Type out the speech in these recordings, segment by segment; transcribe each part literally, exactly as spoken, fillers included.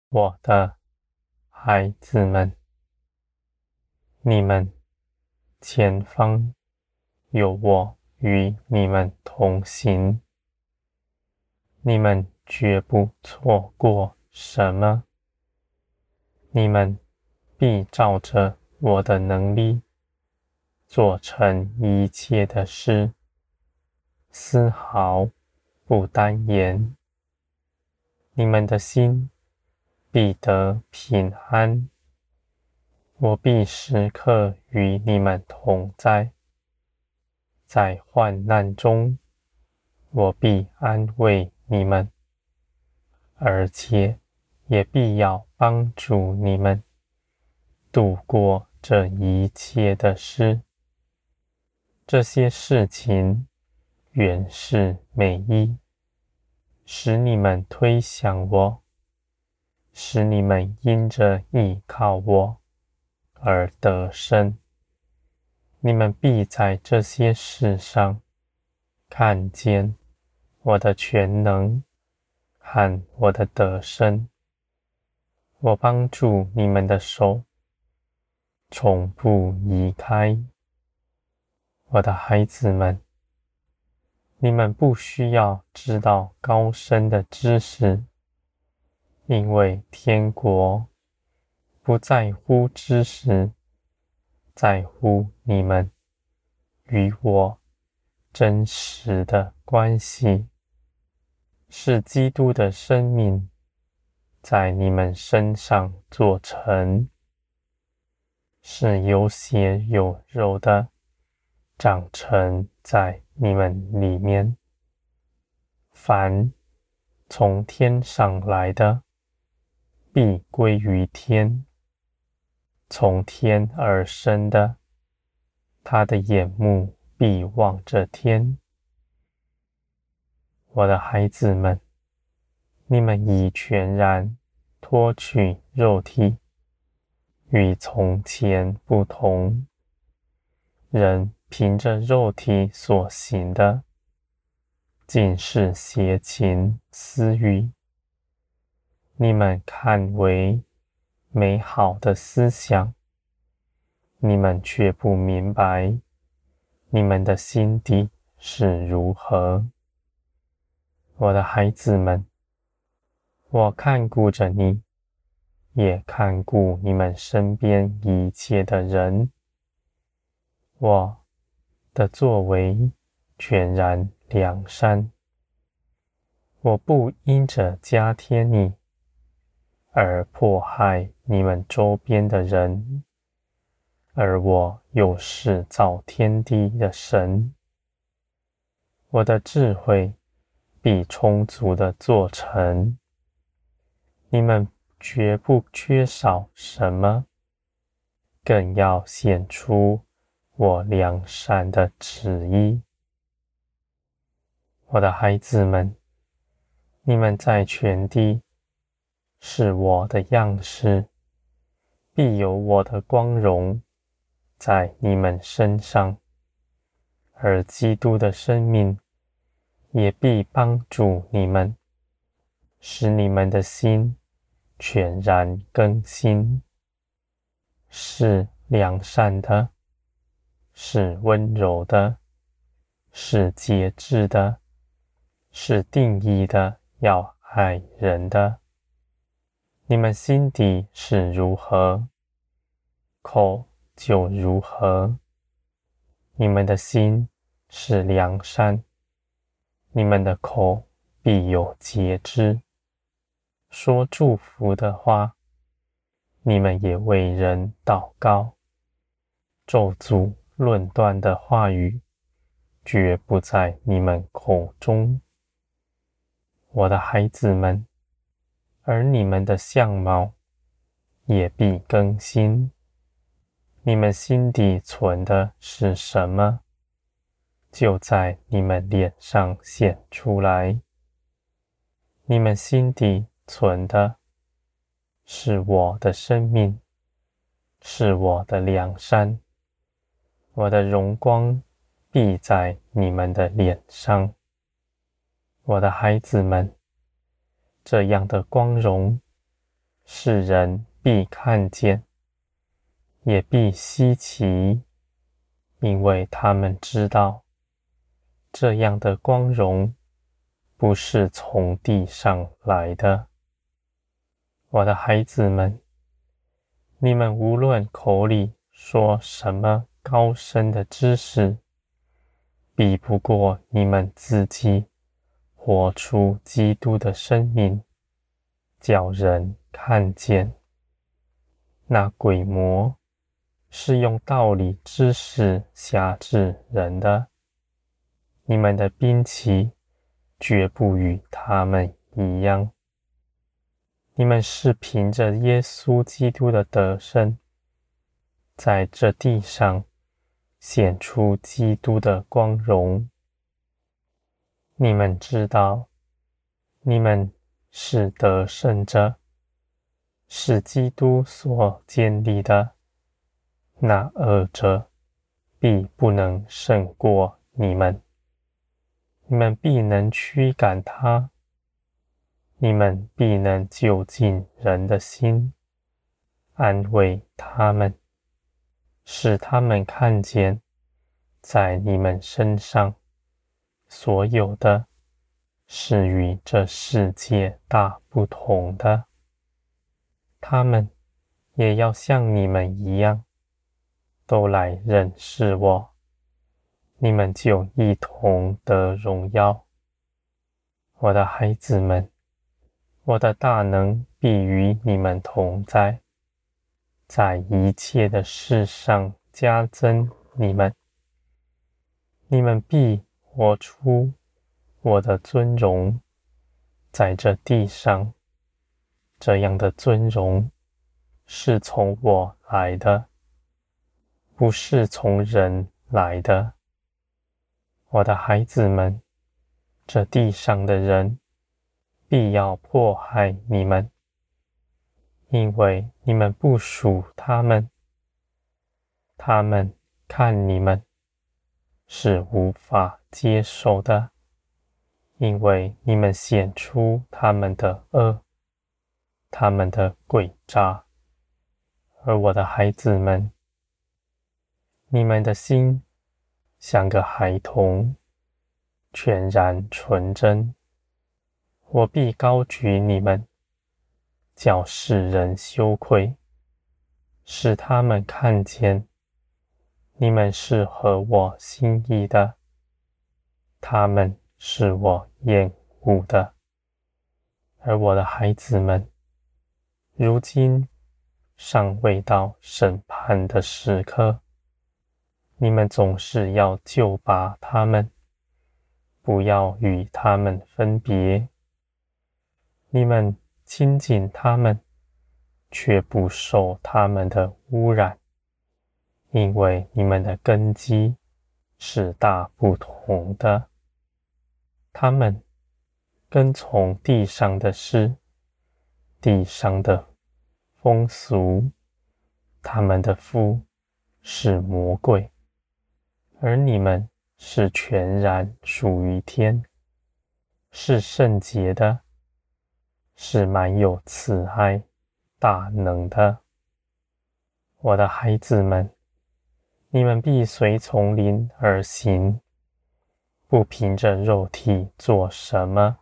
我的孩子们，你们前方有我与你们同行，你们绝不错过什么，你们必照着我的能力做成一切的事，丝毫不单言。你们的心必得平安，我必时刻与你们同在，在患难中，我必安慰你们，而且也必要帮助你们度过这一切的事。这些事情原是美意，使你们推想我，使你们因着依靠我而得胜。你们必在这些事上看见我的全能和我的得胜。我帮助你们的手从不移开。我的孩子们，你们不需要知道高深的知识，因为天国不在乎知识，在乎你们与我真实的关系，是基督的生命在你们身上做成，是有血有肉的长成在你们里面。凡从天上来的，必归于天；从天而生的，他的眼目必望着天。我的孩子们，你们已全然脱去肉体，与从前不同。人凭着肉体所行的，尽是邪情私欲。你们看为美好的思想，你们却不明白你们的心底是如何。我的孩子们，我看顾着你，也看顾你们身边一切的人。我的作为全然良善，我不因着加添你而迫害你们周边的人，而我又是造天地的神。我的智慧必充足的做成，你们绝不缺少什么，更要显出我良善的旨意。我的孩子们，你们在全地是我的样式，必有我的光荣在你们身上，而基督的生命也必帮助你们，使你们的心全然更新，是良善的，是温柔的，是节制的，是定义的要爱人的。你们心底是如何，口就如何。你们的心是良善，你们的口必有节制。说祝福的话，你们也为人祷告。咒诅论断的话语，绝不在你们口中。我的孩子们，而你们的相貌也必更新。你们心底存的是什么，就在你们脸上显出来。你们心底存的是我的生命，是我的良善，我的荣光必在你们的脸上。我的孩子们，这样的光荣世人必看见，也必稀奇，因为他们知道，这样的光荣不是从地上来的。我的孩子们，你们无论口里说什么高深的知识，比不过你们自己活出基督的生命，叫人看见。那鬼魔是用道理知识辖制人的，你们的兵器绝不与他们一样。你们是凭着耶稣基督的得胜，在这地上显出基督的光荣。你们知道，你们是得胜者，是基督所建立的，那恶者必不能胜过你们，你们必能驱赶他，你们必能就近人的心，安慰他们，使他们看见，在你们身上所有的是与这世界大不同的。他们也要像你们一样，都来认识我，你们就一同得荣耀。我的孩子们，我的大能必与你们同在，在一切的事上加增你们。你们必活出我的尊荣，在这地上，这样的尊荣是从我来的，不是从人来的。我的孩子们，这地上的人必要迫害你们，因为你们不属他们，他们看你们是无法接受的，因为你们显出他们的恶，他们的诡诈。而我的孩子们，你们的心像个孩童，全然纯真，我必高举你们，叫世人羞愧，使他们看见你们是合我心意的，他们是我厌恶的。而我的孩子们，如今尚未到审判的时刻，你们总是要救拔他们，不要与他们分别。你们亲近他们，却不受他们的污染，因为你们的根基是大不同的。他们跟从地上的事，地上的风俗，他们的父是魔鬼，而你们是全然属于天，是圣洁的，是满有慈爱大能的。我的孩子们，你们必随从灵而行，不凭着肉体做什么。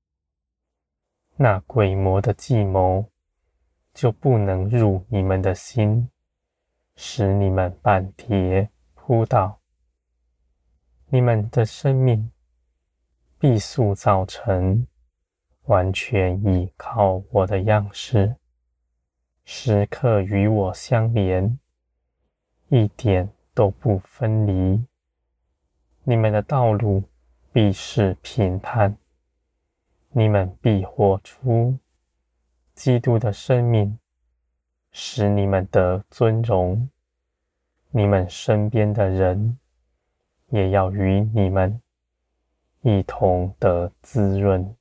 那鬼魔的计谋就不能入你们的心，使你们半跌扑倒。你们的生命必塑造成完全依靠我的样式，时刻与我相连，一点都不分离。你们的道路必是平坦，你们必活出基督的生命，使你们得尊荣。你们身边的人也要与你们一同得滋润。